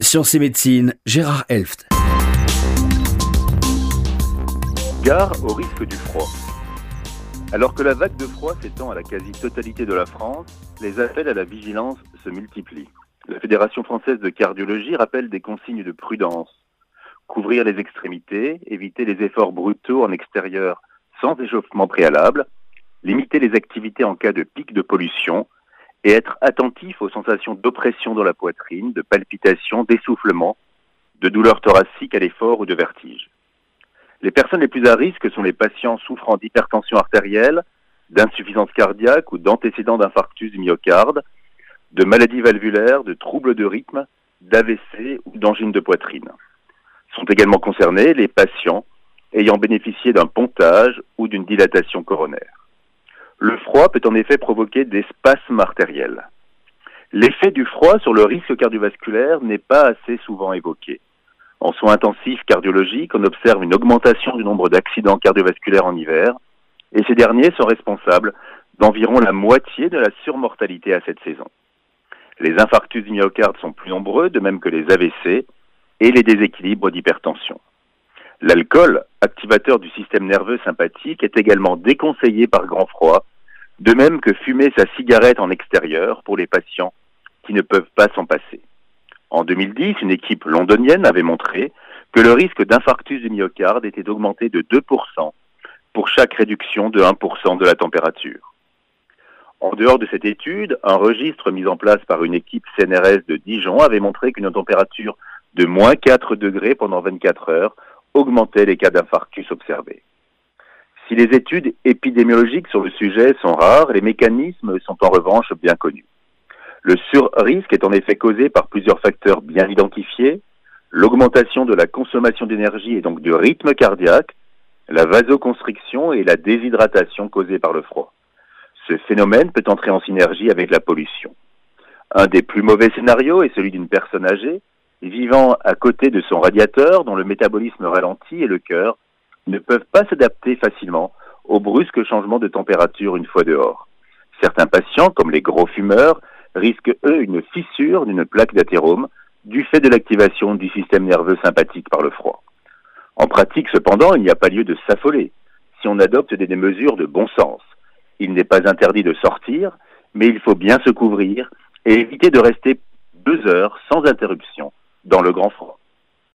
Sciences et Médecine, Gérard Elft. Gare au risque du froid. Alors que la vague de froid s'étend à la quasi-totalité de la France, les appels à la vigilance se multiplient. La Fédération française de cardiologie rappelle des consignes de prudence. Couvrir les extrémités, éviter les efforts brutaux en extérieur sans échauffement préalable, limiter les activités en cas de pic de pollution et être attentif aux sensations d'oppression dans la poitrine, de palpitations, d'essoufflement, de douleurs thoraciques à l'effort ou de vertige. Les personnes les plus à risque sont les patients souffrant d'hypertension artérielle, d'insuffisance cardiaque ou d'antécédents d'infarctus du myocarde, de maladies valvulaires, de troubles de rythme, d'AVC ou d'angine de poitrine. Sont également concernés les patients ayant bénéficié d'un pontage ou d'une dilatation coronaire. Le froid peut en effet provoquer des spasmes artériels. L'effet du froid sur le risque cardiovasculaire n'est pas assez souvent évoqué. En soins intensifs cardiologiques, on observe une augmentation du nombre d'accidents cardiovasculaires en hiver, et ces derniers sont responsables d'environ la moitié de la surmortalité à cette saison. Les infarctus du myocarde sont plus nombreux, de même que les AVC et les déséquilibres d'hypertension. L'alcool, activateur du système nerveux sympathique, est également déconseillé par grand froid, de même que fumer sa cigarette en extérieur pour les patients qui ne peuvent pas s'en passer. En 2010, une équipe londonienne avait montré que le risque d'infarctus du myocarde était augmenté de 2% pour chaque réduction de 1% de la température. En dehors de cette étude, un registre mis en place par une équipe CNRS de Dijon avait montré qu'une température de moins 4 degrés pendant 24 heures augmentait les cas d'infarctus observés. Si les études épidémiologiques sur le sujet sont rares, les mécanismes sont en revanche bien connus. Le surrisque est en effet causé par plusieurs facteurs bien identifiés, l'augmentation de la consommation d'énergie et donc du rythme cardiaque, la vasoconstriction et la déshydratation causée par le froid. Ce phénomène peut entrer en synergie avec la pollution. Un des plus mauvais scénarios est celui d'une personne âgée, vivant à côté de son radiateur dont le métabolisme ralentit et le cœur ne peuvent pas s'adapter facilement aux brusques changements de température une fois dehors. Certains patients, comme les gros fumeurs, risquent, eux, une fissure d'une plaque d'athérome du fait de l'activation du système nerveux sympathique par le froid. En pratique, cependant, il n'y a pas lieu de s'affoler si on adopte des mesures de bon sens. Il n'est pas interdit de sortir, mais il faut bien se couvrir et éviter de rester 2 heures sans interruption dans le grand froid.